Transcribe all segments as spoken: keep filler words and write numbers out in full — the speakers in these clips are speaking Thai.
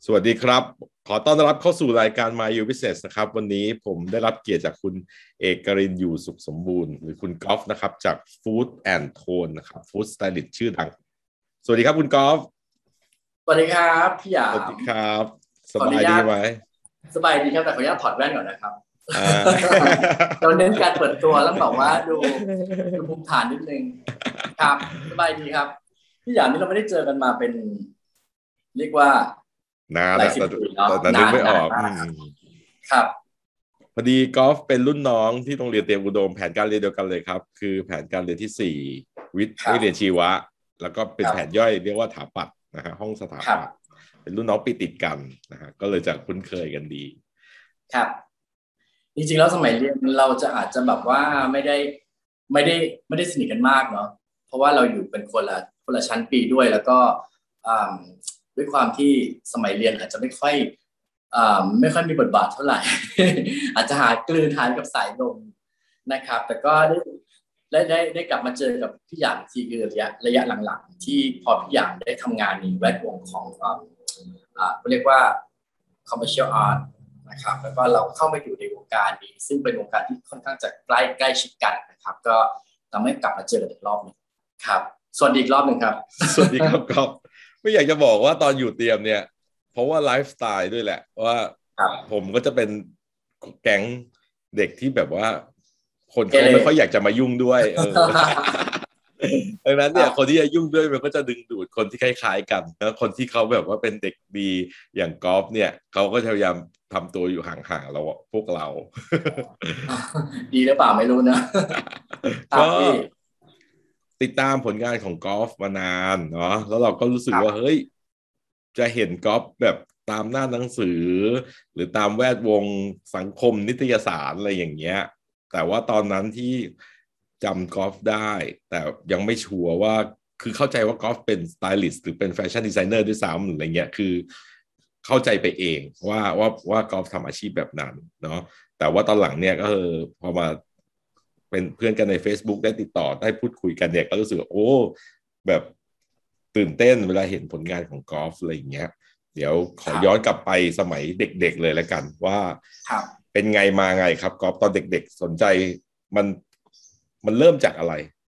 สวัสดีครับขอต้อนรับเข้าสู่รายการ My You Business นะครับวันนี้ผมได้รับเกียรติจากคุณเอกรินทร์อยู่สุขสมบูรณ์หรือคุณกอล์ฟนะครับจาก Food and Tone นะครับ Food Stylist ชื่อดังสวัสดีครับคุณกอล์ฟสวัสดีครับพี่หยามสวัสดีครับสบายดีไหมสบายดีครับแต่ขออนุญาตถอดแว่นก่อนนะครับเราเน้นการเปิดตัวแล้วบอกว่าดูดูภูมิฐานนิดนึงครับสบายดีครับพี่หยามนี่เราไม่ได้เจอกันมาเป็นเรียกว่านานแต่แต่นึกไม่ออกครับพอดีกอล์ฟเป็นรุ่นน้องที่โรงเรียนเตรียมอุดมแผนการเรียนเดียวกันเลยครับคือแผนการเรียนที่สี่วิทย์ไม่เรียนชีวะแล้วก็เป็นแผนย่อยเรียกว่าถาปัตย์นะฮะห้องสถาปัตย์เป็นรุ่นน้องปีติดกันนะฮะก็เลยจะคุ้นเคยกันดีครับจริงๆแล้วสมัยเรียนเราจะอาจจะแบบว่าไม่ได้ไม่ได้ไม่ได้สนิทกันมากเนาะเพราะว่าเราอยู่เป็นคนละคนละชั้นปีด้วยแล้วก็ด้วยความที่สมัยเรียนอาจจะไม่ค่อยไม่ค่อยมีบทบาทเท่าไหร่ อาจจะหากลืนหายกับสายลมนะครับแต่ก็ได้ได้ได้กลับมาเจอกับพี่หยางทีคือระยะระยะหลังๆที่พอพี่หยางได้ทำงานในแวดวงของอ่าเรียกว่า commercial art นะครับแล้วก็เราเข้ามาอยู่ในวงการนี้ซึ่งเป็นวงการที่ค่อนข้างจะใกล้ใกล้ชิดกันนะครับก็ทำให้กลับมาเจอกันอีกรอบนึงครับสวัสดีอีกรอบนึงครับสวัสดีครับครับไม่อยากจะบอกว่าตอนอยู่เตรียมเนี่ยเพราะว่าไลฟ์สไตล์ด้วยแหละว่าผมก็จะเป็นแก๊งเด็กที่แบบว่าคนเขาไม่ค่อยอยากจะมายุ่งด้วยเออดังนั้นเนี่ยคนที่จะยุ่งด้วยมันก็จะดึงดูดคนที่คล้ายๆกันแล้วคนที่เขาแบบว่าเป็นเด็กดีอย่างกอล์ฟเนี่ยเขาก็พยายามทำตัวอยู่ห่างๆเราพวกเราดีหรือเปล่าไม่รู้นะก็ติดตามผลงานของกอล์ฟมานานเนาะแล้วเราก็รู้สึกว่าเฮ้ยจะเห็นกอล์ฟแบบตามหน้าหนังสือหรือตามแวดวงสังคมนิตยสารอะไรอย่างเงี้ยแต่ว่าตอนนั้นที่จำกอล์ฟได้แต่ยังไม่ชัวร์ว่าคือเข้าใจว่ากอล์ฟเป็นสไตลิสต์หรือเป็นแฟชั่นดีไซเนอร์ด้วยซ้ำอะไรเงี้ยคือเข้าใจไปเองว่าว่าว่ากอล์ฟทำอาชีพแบบนั้นเนาะแต่ว่าตอนหลังเนี่ยก็คือพอมาเป็นเพื่อนกันใน Facebook ได้ติดต่อได้พูดคุยกันเนี่ยก็รู้สึกโอ้แบบตื่นเต้นเวลาเห็นผลงานของกอล์ฟอะไรอย่างเงี้ยเดี๋ยวขอย้อนกลับไปสมัยเด็กๆเลยแล้วกันว่าเป็นไงมาไงครับกอล์ฟตอนเด็กๆสนใจมันมันเริ่มจากอะไร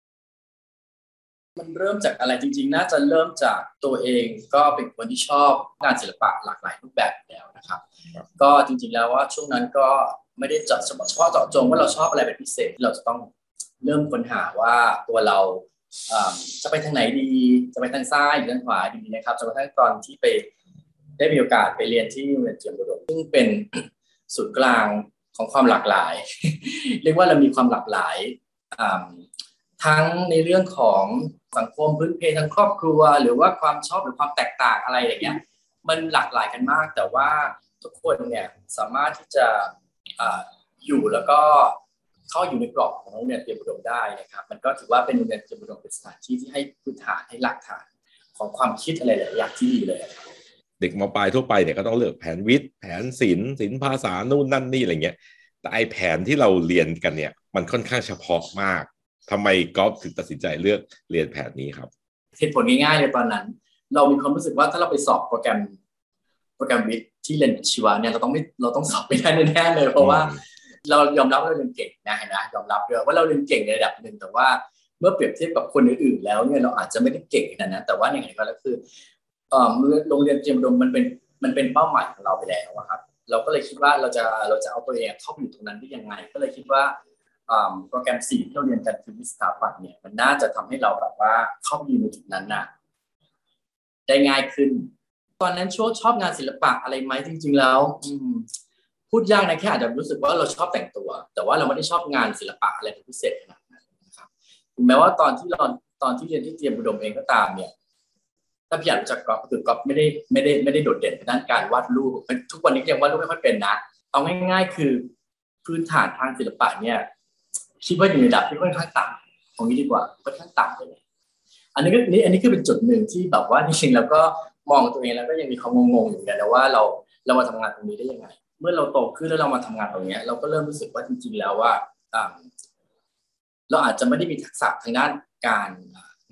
มันเริ่มจากอะไรจริงๆน่าจะเริ่มจากตัวเองก็เป็นคนที่ชอบงานศิลปะหลากหลายรูปแบบแล้วนะครับก็จริงๆแล้วว่าช่วงนั้นก็ไม่ได้เจาะเฉพาะเจาะจงว่าเราชอบอะไรเป็นพิเศษเราจะต้องเริ่มค้นหาว่าตัวเราจะไปทางไหนดีจะไปทางซ้ายหรือทางขวาดีนะครับจนกระทั่งตอนที่ไปได้มีโอกาสไปเรียนที่โรงเรียนเตรียมอุดมซึ่งเป็นศูนย์กลางของความหลากหลายเรียกว่าเรามีความหลากหลายทั้งในเรื่องของสังคมพื้นเพทางครอบครัวหรือว่าความชอบหรือความแตกต่างอะไรอย่างเงี้ยมันหลากหลายกันมากแต่ว่าทุกคนเนี่ยสามารถที่จะอยู่แล้วก็เข้าอยู่ในกรอบของโรงเรียนเตรียมอุดมได้นะครับมันก็ถือว่าเป็นโรงเรียนเตรียมอุดมเป็นสถานที่ที่ให้พื้นฐานให้หลักฐานของความคิดอะไรหลายอย่างที่ดีเลยเด็กม.ปลายทั่วไปเนี่ยก็ต้องเลือกแผนวิทย์แผนศิลป์ศิลป์ภาษานู่นนั่นนี่อะไรเงี้ยแต่ไอแผนที่เราเรียนกันเนี่ยมันค่อนข้างเฉพาะมากทำไมกอล์ฟถึงตัดสินใจเลือกเรียนแผนนี้ครับเหตุผลง่ายๆเลยตอนนั้นเรามีความรู้สึกว่าถ้าเราไปสอบโปรแกรมโปรแกรมวิทย์ที่เรียนชีวะเนี่ยเราต้องไม่เราต้องสอบไม่ได้แน่ๆเลยเพราะว่าเรายอมรับว่าเราเรียนเก่งนะนะยอมรับด้วยว่าเราเรียนเก่งในระดับหนึ่งแต่ว่าเมื่อเปรียบเทียบกับคนอื่นๆแล้วเนี่ยเราอาจจะไม่ได้เก่งขนาดนั้นแต่ว่าอย่างไรก็แล้วคือเอ่อโรงเรียนเตรียมอุดมมันเป็นมันเป็นเป้าหมายของเราไปแล้วครับเราก็เลยคิดว่าเราจะเราจะเอาตัวเองเข้าไปอยู่ตรงนั้นได้ยังไงก็เลยคิดว่าโปรแกรมสี่ที่เราเรียนกันคือวิศวกรรมเนี่ยมันน่าจะทำให้เราแบบว่าเข้าไปอยู่ในจุดนั้นน่ะได้ง่ายขึ้นตอนนั้นช่วงชอบงานศิลปะอะไรไหมจริงๆแล้วพูดยากนะแค่อาจจะรู้สึกว่าเราชอบแต่งตัวแต่ว่าเราไม่ได้ชอบงานศิลปะอะไรเป็นพิเศษขนาดนั้นนะครับถึงแม้ว่าตอนที่เราตอนที่เรียนที่เตรียมอุดมเองก็ตามเนี่ยถ้าพี่อยากรู้จักกอล์ฟคือกอล์ฟไม่ได้ไม่ได้ไม่ได้โดดเด่นในด้านการวาดรูปทุกวันนี้ยังวาดรูปไม่ค่อยเป็นนะเอาง่ายๆคือพื้นฐานทางศิลปะเนี่ยคิดว่าอยู่ในระดับที่ค่อนข้างต่ำตรงนี้ดีกว่าค่อนข้างต่ำเลยอันนี้ก็นี่อันนี้คือเป็นจุดหนึ่งที่แบบว่าจริงๆแล้วก็มองตัวเองแล้วก็ยังมีความงงๆอยู่กันนะว่าเราเรามาทำงานตรงนี้ได้ยังไงเมื่อเราโตขึ้นแล้วเรามาทำงานตรงนี้เราก็เริ่มรู้สึกว่าจริงๆแล้วว่าเราอาจจะไม่ได้มีทักษะทางด้านการ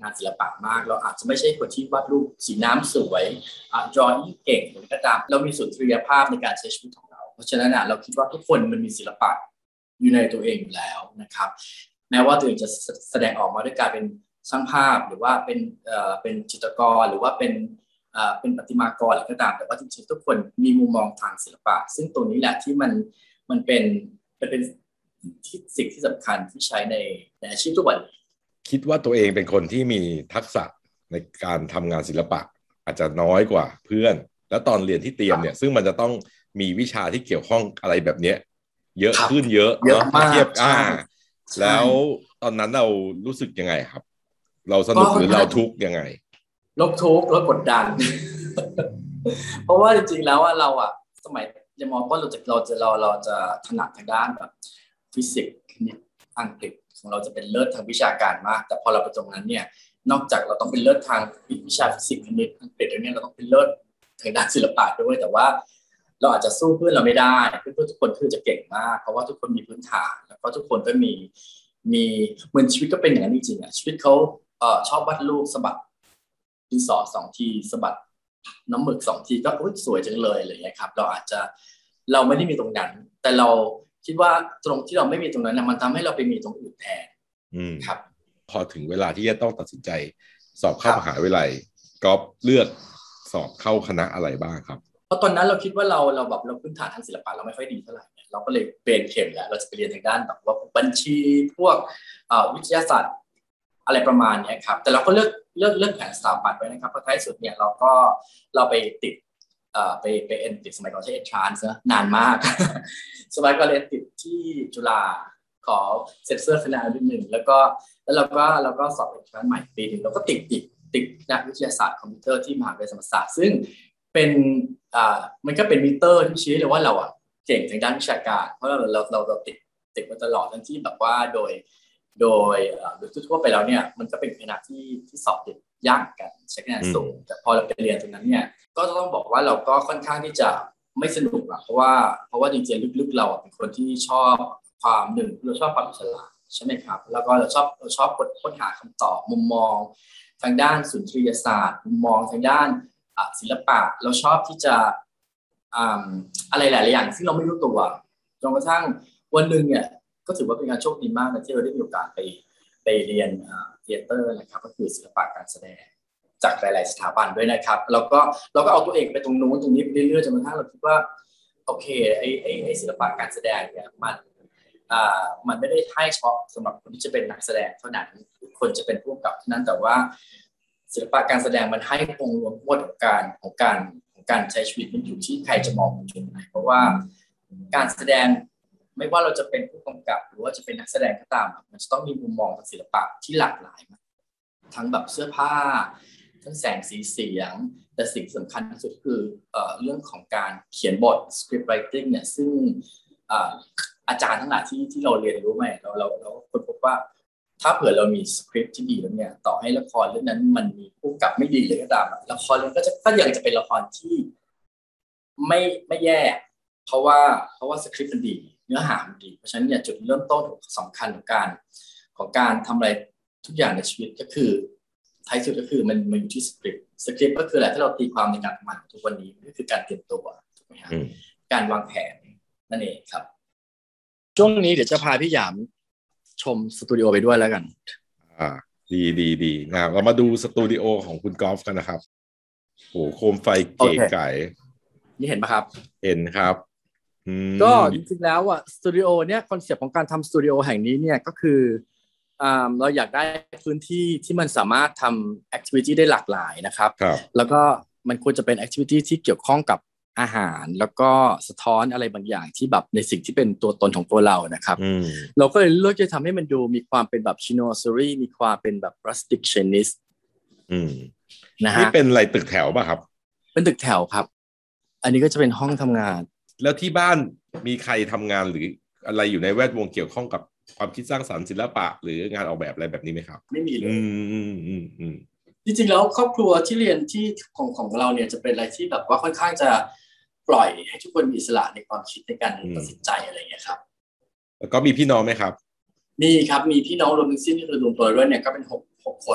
งานศิลปะมากเราอาจจะไม่ใช่คนที่วาดรูปสีน้ำสวยอ่า drawing เก่งหรือก็ตามเรามีสุนทรียภาพในการใช้ชีวิตของเราเพราะฉะนั้นนะเราคิดว่าทุกคนมันมีศิลปะอยู่ในตัวเองอยู่แล้วนะครับแม้ว่าตัวเองจะแสดงออกมาด้วยการเป็นช่างภาพหรือว่าเป็นเอ่อเป็นจิตรกรหรือว่าเป็นเอ่อเป็นประติมากรอะไรก็ตามแต่ว่าจริงๆทุกคนมีมุมมองทางศิลปะซึ่งตรงนี้แหละที่มันมันเป็นมันเป็นที่สิ่งที่สำคัญที่ใช้ในในอาชีพทุกวันคิดว่าตัวเองเป็นคนที่มีทักษะในการทำงานศิลปะอาจจะน้อยกว่าเพื่อนแล้วตอนเรียนที่เตรียมเนี่ยซึ่งมันจะต้องมีวิชาที่เกี่ยวข้องอะไรแบบเนี้ยเยอะขึ้นเยอะเนาะเทียบอ่าแล้วตอนนั้นเรารู้สึกยังไงครับเราสนุกหรือเราทุกข์ยังไงลบทุกข์ลดกดดัน เพราะว่าจริงๆแล้วเราอะสมัยเรียนม.ต้นเราจะเราจะเราเราจะถนัดทางด้านแบบฟิสิกส์คณิตอังกฤษของเราจะเป็นเลิศทางวิชาการมากแต่พอเราไปตรงนั้นเนี่ยนอกจากเราต้องเป็นเลิศทางวิชาฟิสิกส์คณิตอังกฤษแล้วเนี่ยเราต้องเป็นเลิศทางด้านศิลปะด้วยแต่ว่าเราอาจจะสู้เพื่อนเราไม่ได้เพื่อนทุกคนคือจะเก่งมากเพราะว่าทุกคนมีพื้นฐานแล้วก็ทุกคนก็มีมีเหมือนชีวิตก็เป็นอย่างนั้นจริงๆอ่ะชีวิตเขาเอ่อชอบวาดรูปสะบัดดินสอสองทีสะบัดน้ำหมึกสองทีก็อุ๊ยสวยจังเลยอะไรอย่างเงี้ยครับเราอาจจะเราไม่ได้มีตรงนั้นแต่เราคิดว่าตรงที่เราไม่มีตรงนั้นนะมันทำให้เราไปมีตรงอื่นแทนครับพอถึงเวลาที่จะต้องตัดสินใจสอบเข้ามหาวิทยาลัยก๊อฟเลือกสอบเข้าคณะอะไรบ้างครับเพราะตอนนั้นเราคิดว่าเราเราแบบเราพื้นฐานทางศิลปะเราไม่ค่อยดีเท่าไหร่เราก็เลยเปลี่ยนเข็มแล้วเราจะไปเรียนทางด้านแบบว่าบัญชีพวกวิทยาศาสตร์อะไรประมาณนี้ครับแต่เราก็เลือกเลือกเลือกแผนสถาปัตย์ไว้นะครับเพราะท้ายสุดเนี่ยเราก็เราไปติดเอ่อไปไปเอ็นติดสมัยก่อนใช้ entrance นะนานมาก สมัยก่อนเรียนติดที่จุฬาขอเซ็นเซอร์คะแนนนิดหนึ่งแล้วก็แล้วเราก็เราก็สอบ entrance ใหม่ปีนึงเราก็ติดติดติดนักวิทยาศาสตร์คอมพิวเตอร์ที่มหาวิทยาลัยธรรมศาสตร์ซึ่งเป็นอ่ามันก็เป็นมิเตอร์ที่ชี้เลยว่าเราอ่ะเก่งทางด้านวิชาการเพราะเราเราเราเราติดติดมาตลอดทั้งที่แบบว่าโดยโดยโดยทั่วไปแล้วเนี่ยมันก็เป็นคณะที่ที่สอบติดยากกันใช้คะแนนสูงแต่พอเราไปเรียนตรงนั้นเนี่ยก็ต้องบอกว่าเราก็ค่อนข้างที่จะไม่สนุกอะเพราะว่าเพราะว่าจริงๆลึกๆเราเป็นคนที่ชอบความหนึ่งเราชอบความอิสระใช่ไหมครับแล้วก็เราชอบเราชอบค้นหาคำตอบมุมมองทางด้านสุนทรียศาสตร์มุมมองทางด้านศิลปะเราชอบที่จะอะไรหลายๆอย่างซึ่งเราไม่รู้ตัวจนกระทั่งวันหนึ่งเนี่ยก็ถือว่าเป็นการโชคดีมากนะที่เราได้มีโอกาสไปไปเรียนเทเตอร์นะครับก็คือศิลปะการแสดงจากหลายๆสถาบันด้วยนะครับแล้วก็เราก็เอาตัวเองไปตรงนู้นตรงนี้ไปเรื่อยๆจนกระทั่งเราคิดว่าโอเคไอ้ไอ้ไอ้ศิลปะการแสดงเนี่ยมันอ่ามันไม่ได้ให้เฉพาะสำหรับคนที่จะเป็นนักแสดงเท่านั้นคนจะเป็นผู้กำกับเท่านั้นแต่ว่าศิลปะการแสดงมันให้องค์รวมทั้งหมดของการของการของการใช้ชีวิตมันอยู่ที่ใครจะมองจุดไหนเพราะว่าการแสดงไม่ว่าเราจะเป็นผู้กำกับหรือว่าจะเป็นนักแสดงก็ตามมันจะต้องมีมุมมองทางศิลปะที่หลากหลายทั้งแบบเสื้อผ้าทั้งแสงสีเสียงแต่สิ่งสำคัญที่สุดคือเอ่อเรื่องของการเขียนบท script writing เนี่ยซึ่งอาจารย์ทั้งหลายที่ที่เราเรียนรู้มาเราเราเราค้นพบว่าถ้าเผื่อเรามีสคริปต์ที่ดีแล้วเนี่ยต่อให้ละครเรื่องนั้นมันมีผู้กำกับไม่ดีเลยก็ตามละครเรื่องก็จะก็ยังจะเป็นละครที่ไม่ไม่แย่เพราะว่าเพราะว่าสคริปต์มันดีเนื้อหามันดีเพราะฉะนั้นเนี่ยจุดเริ่มต้นสำคัญของการของการทำอะไรทุกอย่างในชีวิตก็คือท้ายสุดก็คือมันมันอยู่ที่สคริปต์สคริปต์ก็คืออะไรที่เราตีความในการทำงานทุกวันนี้ก็คือการเตรียมตัวถูกไหมครับการวางแผนนั่นเองครับช่วงนี้เดี๋ยวจะพาพี่หยามชมสตูดิโอไปด้วยแล้วกันอ่าดีดีดีนะเรามาดูสตูดิโอของคุณกอล์ฟกันนะครับโอ้โคมไฟเก๋ไก่นี่เห็นปะครับเห็นครับก็จริงๆแล้วอ่ะสตูดิโอเนี่ยคอนเซ็ปต์ของการทำสตูดิโอแห่งนี้เนี่ยก็คืออ่าเราอยากได้พื้นที่ที่มันสามารถทำแอคทิวิตี้ได้หลากหลายนะครับแล้วก็มันควรจะเป็นแอคทิวิตี้ที่เกี่ยวข้องกับอาหารแล้วก็สะท้อนอะไรบางอย่างที่แบบในสิ่งที่เป็นตัวตนของตัวเรานะครับเราก็เลยเลือกจะทำให้มันดูมีความเป็นแบบชิโนซอรี่มีความเป็นแบบรัสติกเชนิสนะฮะนี่เป็นอะไรตึกแถวป่ะครับเป็นตึกแถวครับอันนี้ก็จะเป็นห้องทำงานแล้วที่บ้านมีใครทำงานหรืออะไรอยู่ในแวดวงเกี่ยวข้องกับความคิดสร้างสรรค์ศิลปะหรืองานออกแบบอะไรแบบนี้ไหมครับไม่มีเลยอืมอืมอืมอืมจริงๆแล้วครอบครัวที่เรียนที่ของของเราเนี่ยจะเป็นอะไรที่แบบว่าค่อนข้างจะปล่อยให้ทุกคนมีอิสระในความคิดในการตัดสินใจอะไรอย่างเงี้ยครับแล้วก็มีพี่น้องไหมครับมีครับมีพี่น้องรวมทั้งสิ้นที่คือรวมตัวด้วยเนี่ยก็เป็นหกหกคน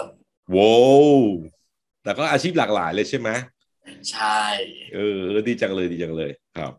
โว้แต่ก็อาชีพหลากหลายเลยใช่ไหมใช่เออดีจังเลยดีจังเลยครับ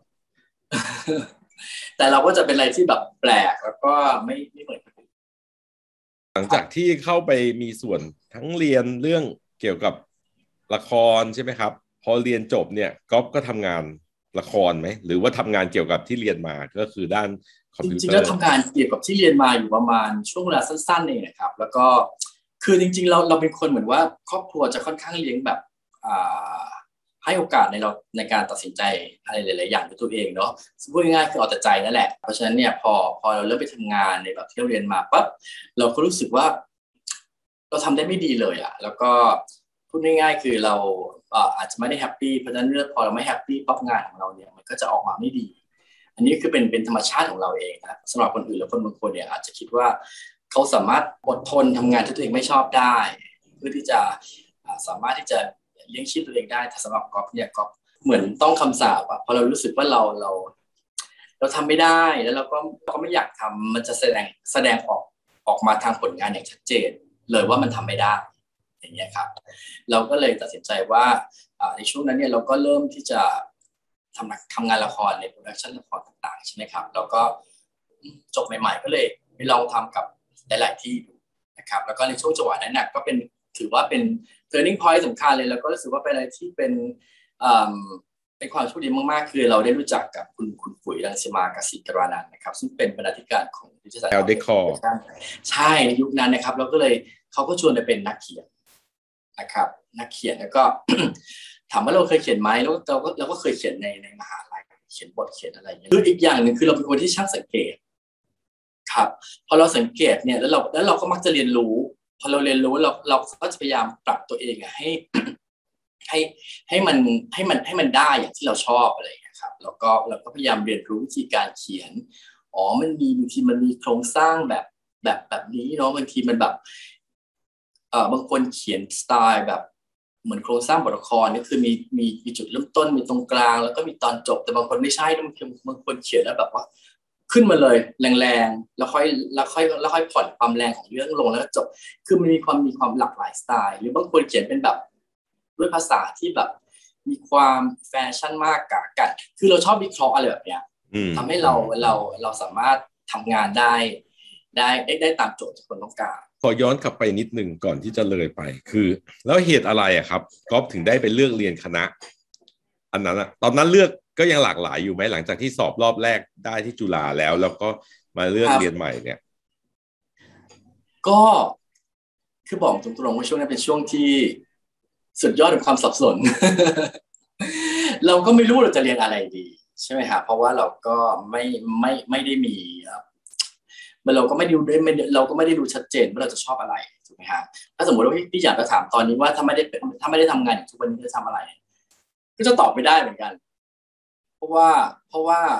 แต่เราก็จะเป็นอะไรที่แบบแปลกแล้วก็ไม่ไม่เหมือนคนอื่นหลังจากที่เข้าไปมีส่วนทั้งเรียนเรื่องเกี่ยวกับละครใช่ไหมครับพอเรียนจบเนี่ยก๊อฟก็ทำงานละครไหมหรือว่าทำงานเกี่ยวกับที่เรียนมาก็คือด้านคอมพิวเตอร์จริงๆแล้วทำงานเกี่ยวกับที่เรียนมาอยู่ประมาณช่วงเวลาสั้นๆเองนะครับแล้วก็คือจริงๆเราเราเป็นคนเหมือนว่าครอบครัวจะค่อนข้างเลี้ยงแบบให้โอกาสในเราในการตัดสินใจอะไรหลายๆอย่างด้วยตัวเองเนาะพูดง่ายๆคือเอาแต่ใจนั่นแหละเพราะฉะนั้นเนี่ยพอพอเราเริ่มไปทำงานในแบบที่เราเรียนมาปั๊บเราก็รู้สึกว่าเราทำได้ไม่ดีเลยอะแล้วก็พูดง่ายๆคือเราอาจจะไม่ได้แฮปปี้เพราะฉะนั้นเมื่อพอเราไม่แฮปปี้ปั๊บงานของเราเนี่ยมันก็จะออกมาไม่ดีอันนี้คือเป็นเป็นธรรมชาติของเราเองนะสำหรับคนอื่นแล้วคนบางคนเนี่ยอาจจะคิดว่าเขาสามารถอดทนทำงานที่ตัวเองไม่ชอบได้เพื่อที่จะสามารถที่จะเลี้ยงชีพตัวเองได้แต่สำหรับก๊อฟเนี่ยก๊อฟเหมือนต้องคำสาปอะพอเรารู้สึกว่าเราเราเราทำไม่ได้แล้วเราก็เราก็ไม่อยากทำมันจะแสดงแสดงออกออกมาทางผลงานอย่างชัดเจนเลยว่ามันทำไม่ได้อย่างเงี้ยครับเราก็เลยตัดสินใจว่าในช่วงนั้นเนี่ยเราก็เริ่มที่จะทำทำงานละครในโปรดักชันละครต่างๆใช่ไหมครับแล้วก็จบใหม่ๆก็เลยไปลองทำกับหลายๆที่ดูนะครับแล้วก็ในช่วงจังหวะนั้นน่ะก็เป็นถือว่าเป็น turning point สำคัญเลยแล้วก็รู้สึกว่าเป็นอะไรที่เป็นเป็นความโชคดีมากๆคือเราได้รู้จักกับคุณคุณปุ๋ยรังสิมากสิกรานันท์นะครับซึ่งเป็นบรรณาธิการของนิตยสารแอล Decor ใช่ในยุคนั้นนะครับเราก็เลยเขาก็ชวนไปเป็นนักเขียนนะครับนักเขียนแล้วก็ ถามว่าเราเคยเขียนไหมแล้วเราก็เราก็เคยเขียนในในมหาลัยเขียนบทเขียนอะไรอย่างเงี้ยคืออีกอย่างหนึ่งคือเราเป็นคนที่ช่างสังเกตครับพอเราสังเกตเนี่ยแล้วเราแล้วเราก็มักจะเรียนรู้พอเราเรียนรู้เราเราก็จะพยายามปรับตัวเองอะให้ ให้ให้มันให้มันให้มันได้อย่างที่เราชอบอะไรอย่างเงี้ยครับแล้วก็เราก็พยายามเรียนรู้วิธีการเขียนอ๋อมันมีบางทีมันมีโครงสร้างแบบแบบแบบนี้เนาะบางทีมันแบบเอ่อบางคนเขียนสไตล์แบบเหมือนโครงสร้างบทละครนี่คือมีมีมีจุดเริ่มต้นมีตรงกลางแล้วก็มีตอนจบแต่บางคนไม่ใช่บางคนบางคนเขียนแล้วแบบว่าขึ้นมาเลยแรงๆแล้วค่อยแล้วค่อยแล้วค่อยผ่อนความแรงของเรื่องลงแล้วก็จบคือมันมีความมีความหลากหลายสไตล์หรือบางคนเขียนเป็นแบบด้วยภาษาที่แบบมีความแฟชั่นมากกะกันคือเราชอบวิเคราะห์อะไรแบบเนี้ยทำให้เราเราเราสามารถทำงานได้ได้ได้ได้ตามโจทย์ที่คนต้องการขอย้อนกลับไปนิดนึงก่อนที่จะเลยไปคือแล้วเหตุอะไรอะครับก๊อฟถึงได้ไปเลือกเรียนคณะอันนั้นอะตอนนั้นเลือกก็ยังหลากหลายอยู่ไหมหลังจากที่สอบรอบแรกได้ที่จุฬาแล้วแล้วก็มาเลือกเรียนใหม่เนี่ยก็คือบอกตรงๆว่าช่วงนั้นเป็นช่วงที่สุดยอดของความสับสน เราก็ไม่รู้เราจะเรียนอะไรดีใช่ไหมครับเพราะว่าเราก็ไม่ไม่ไม่ได้มีเราก็ไม่ดูได้เราก็ไม่ได้รู้ชัดเจนว่าเราจะชอบอะไรถูกไหมครับถ้าสมมติว่าพี่อยากจะถามตอนนี้ว่าถ้าไม่ได้ถ้าไม่ได้ทำงานอยู่ทุกวันนี้จะทำอะไรก็จะตอบไม่ได้เหมือนกันเพราะว่าเพราะว่า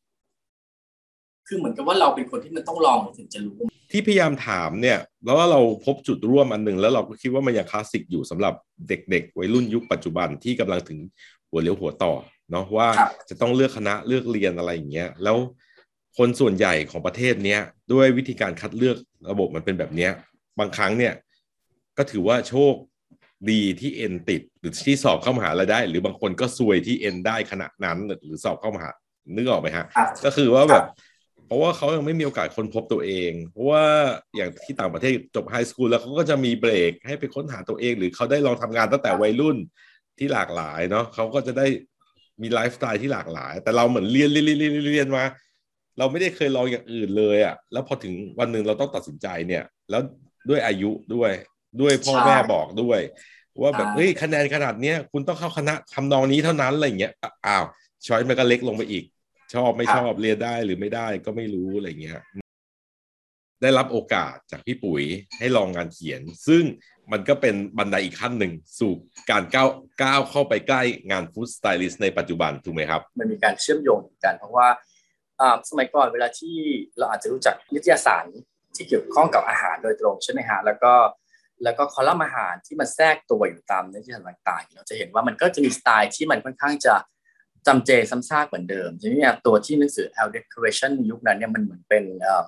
คือเหมือนกับว่าเราเป็นคนที่มันต้องลองถึงจะรู้ที่พยายามถามเนี่ยแล้วว่าเราพบจุดร่วมอันหนึ่งแล้วเราก็คิดว่ามันยังคลาสสิกอยู่สำหรับเด็กๆวัยรุ่นยุคปัจจุบันที่กำลังถึงหัวเลี้ยวหัวต่อเนาะว่าจะต้องเลือกคณะเลือกเรียนอะไรอย่างเงี้ยแล้วคนส่วนใหญ่ของประเทศเนี้ยด้วยวิธีการคัดเลือกระบบมันเป็นแบบเนี้ยบางครั้งเนี่ยก็ถือว่าโชคดีที่เอ็นติดหรือที่สอบเข้ามหาลัยได้หรือบางคนก็ซวยที่เอ็นได้ขณะนั้นหรือสอบเข้ามหานึกออกไหมฮะก็คือว่าแบบเพราะว่าเขายังไม่มีโอกาสค้นพบตัวเองเพราะว่าอย่างที่ต่างประเทศจบไฮสคูลแล้วเขาก็จะมีเบรกให้ไปค้นหาตัวเองหรือเขาได้ลองทำงานตั้งแต่วัยรุ่นที่หลากหลายเนาะเขาก็จะได้มีไลฟ์สไตล์ที่หลากหลายแต่เราเหมือนเรียนเรียนเรียนเรียนเรียนมาเราไม่ได้เคยลองอย่างอื่นเลยอ่ะแล้วพอถึงวันหนึ่งเราต้องตัดสินใจเนี่ยแล้วด้วยอายุด้วยด้วยพ่อแม่บอกด้วยว่าแบบเฮ้ยคะแนนขนาดเนี้ยคุณต้องเข้าคณะทำนองนี้เท่านั้นอะไรอย่างเงี้ยอ้าวช้อยมันก็เล็กลงไปอีกชอบไม่ชอบเรียนได้หรือไม่ได้ก็ไม่รู้อะไรเงี้ยได้รับโอกาสจากพี่ปุ๋ยให้ลองงานเขียนซึ่งมันก็เป็นบันไดอีกขั้นหนึ่งสู่การก้าวก้าวเข้าไปใกล้งานฟู้ดสไตลิสต์ในปัจจุบันถูกไหมครับมันมีการเชื่อมโยงกันเพราะว่าสมัยก่อนเวลาที่เราอาจจะรู้จักนิตยสารที่เกี่ยวข้องกับอาหารโดยตรงใช่ไหมฮะแล้วก็แล้วก็คอลัมน์อาหารที่มันแทรกตัวอยู่ตามนิตยสารต่างๆเราจะเห็นว่ามันก็จะมีสไตล์ที่มันค่อนข้างจะจำเจซ้ำซากเหมือนเดิมทีนี้ตัวที่หนังสือ Elle Decoration ในยุคนั้นเนี่ยมันเหมือนเป็น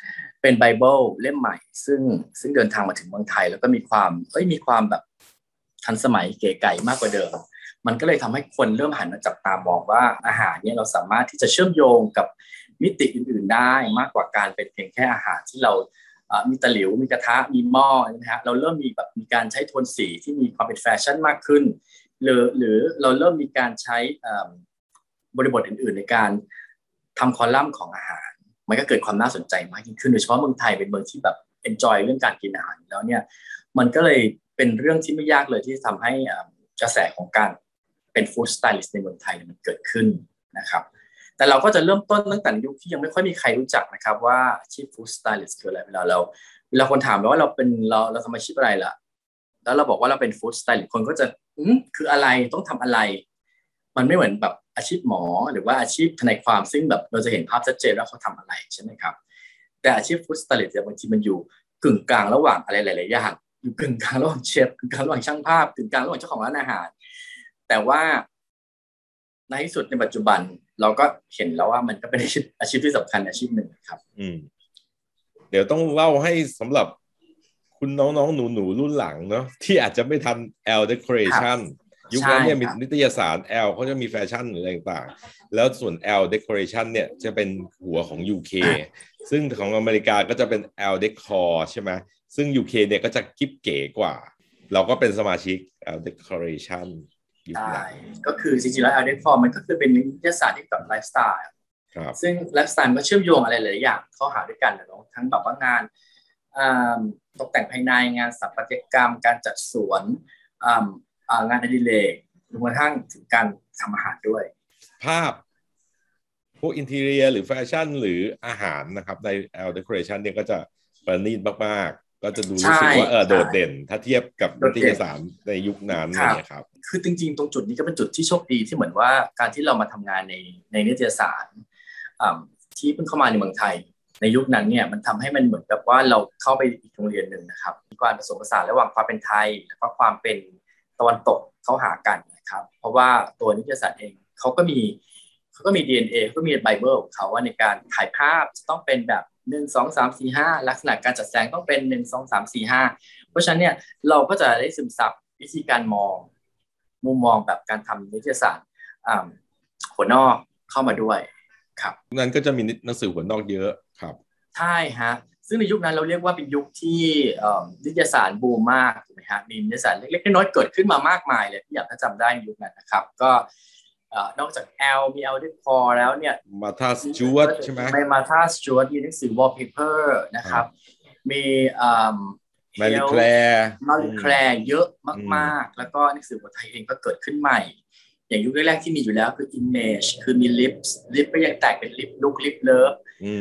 เป็นไบเบิลเล่มใหม่ซึ่งซึ่งเดินทางมาถึงเมืองไทยแล้วก็มีความเอ้ยมีความแบบทันสมัยเก๋ไก๋มากกว่าเดิมมันก็เลยทำให้คนเริ่มหันมาจับตามองว่าอาหารเนี่ยเราสามารถที่จะเชื่อมโยงกับมิติอื่นๆได้มากกว่าการเป็นเพียงแค่อาหารที่เรามีตะหลิวมีกระทะมีหม้อนะฮะเราเริ่มมีแบบมีการใช้โทนสีที่มีความเป็นแฟชั่นมากขึ้นหรือหรือเราเริ่มมีการใช้บริบทอื่นๆในการทำคอลัมน์ของอาหารมันก็เกิดความน่าสนใจมากยิ่งขึ้นโดยเฉพาะเมืองไทยเป็นเมืองที่แบบ enjoy เรื่องการกินอาหารแล้วเนี่ยมันก็เลยเป็นเรื่องที่ไม่ยากเลยที่ทำให้กระแสของการเป็นฟู้ดสไตลิสต์ในเมืองไทยมันเกิดขึ้นนะครับแต่เราก็จะเริ่มต้นตั้งแต่ยุคที่ยังไม่ค่อยมีใครรู้จักนะครับว่าอาชีพฟู้ดสไตลิสต์คืออะไรเวลาเราเวลาคนถามเราว่าเราเป็นเราเราทำอาชีพอะไรล่ะแล้วเราบอกว่าเราเป็นฟู้ดสไตลิสต์คนก็จะอืมคืออะไรต้องทำอะไรมันไม่เหมือนแบบอาชีพหมอหรือว่าอาชีพทนายความซึ่งแบบเราจะเห็นภาพชัดเจนว่าเขาทำอะไรใช่ไหมครับแต่อาชีพฟู้ดสไตลิสต์บางทีมันอยู่กึ่งกลางระหว่างอะไรหลายๆอย่างอยู่กึ่งกลางระหว่างเชฟกึ่งกลางระหว่างช่างภาพกึ่งกลางระหว่างเจ้าของร้านอาหารแต่ว่าในที่สุดในปัจจุบันเราก็เห็นแล้วว่ามันก็เป็นอาชีพอาชีพที่สำคัญอาชีพหนึ่งครับอืมเดี๋ยวต้องเล่าให้สำหรับคุณน้องๆหนูๆรุ่นหลังเนาะที่อาจจะไม่ทัน Elle Decoration ยุคนั้นเนี่ยมีนิตยสาร Elle เขาจะมีแฟชั่นหรืออะไรต่างๆแล้วส่วน Elle Decoration เนี่ยจะเป็นหัวของ ยู เค ซึ่งของอเมริกาก็จะเป็น Elle Decor ใช่ไหมซึ่ง ยู เค เนี่ยก็จะกิ๊บเก๋กว่าเราก็เป็นสมาชิก Elle Decoration ใช่ก็คือจริงๆแล้ว Elle Decor มันก็คือเป็นนิตยสารที่กับไลฟ์สไตล์ซึ่งไลฟ์สไตล์ก็เชื่อมโยงอะไรหลายอย่างเข้าหาด้วยกันเนาะทั้งแบบว่างานตกแต่งภายในงานสถาปัตยกรรมการจัดสวนงานอดิเรกรวมกระทั่งถึงการทำอาหารด้วยภาพพวกอินทีเรียหรือแฟชั่นหรืออาหารนะครับใน Elle Decoration เนี่ยก็จะประณีตมากๆก็จะดูรู้สึกว่าเออโดดเด่นถ้าเทียบกับนิตยสารในยุคนั้นเนี่ยครับคือจริงๆตรงจุดนี้ก็เป็นจุดที่โชคดีที่เหมือนว่าการที่เรามาทำงานในในนิตยสารที่เพิ่งเข้ามาในเมืองไทยในยุคนั้นเนี่ยมันทำให้มันเหมือนกับว่าเราเข้าไปอีกโรงเรียนหนึ่งนะครับมีความผสมผสานระหว่างความเป็นไทยและก็ความเป็นตะวันตกเข้าหากันนะครับเพราะว่าตัวนิตยสารเองเขาก็มีเขาก็มี ดี เอ็น เอ เขาก็มีไบเบิลของเขาว่าในการถ่ายภาพจะต้องเป็นแบบหนึ่ง สอง สาม สี่ ห้าลักษณะการจัดแสดงต้องเป็นหนึ่ง สอง สาม สี่ ห้าเพราะฉะนั้นเนี่ยเราก็จะได้ซึมซับวิธีการมองมุมมองแบบการทำนิตยสารหัวนอกเข้ามาด้วยครับนั้นก็จะมีหนังสือหัวนอกเยอะครับใช่ฮะซึ่งในยุคนั้นเราเรียกว่าเป็นยุคที่นิตยสารบูมมากถูกไหมฮะมีนิตยสารเล็กๆน้อยๆเกิดขึ้นมามากมายเลยที่อยากจะจำได้ในยุคนั้นนะครับก็นอกจาก Elle มี Elle Decor แล้วเนี่ยมาธาสจูวัตใช่ไหมไม่มาธาสจูวัตมีหนังสือ Wallpaper นะครับมีมาริแคลร์มาริแคลร์เยอะมากๆแล้วก็หนังสือภาษาไทยเองก็เกิดขึ้นใหม่อย่างยุคแรกๆที่มีอยู่แล้วคือ Image คือมี Lips Lips ก็ยังแตกเป็น Lip Look Lip Love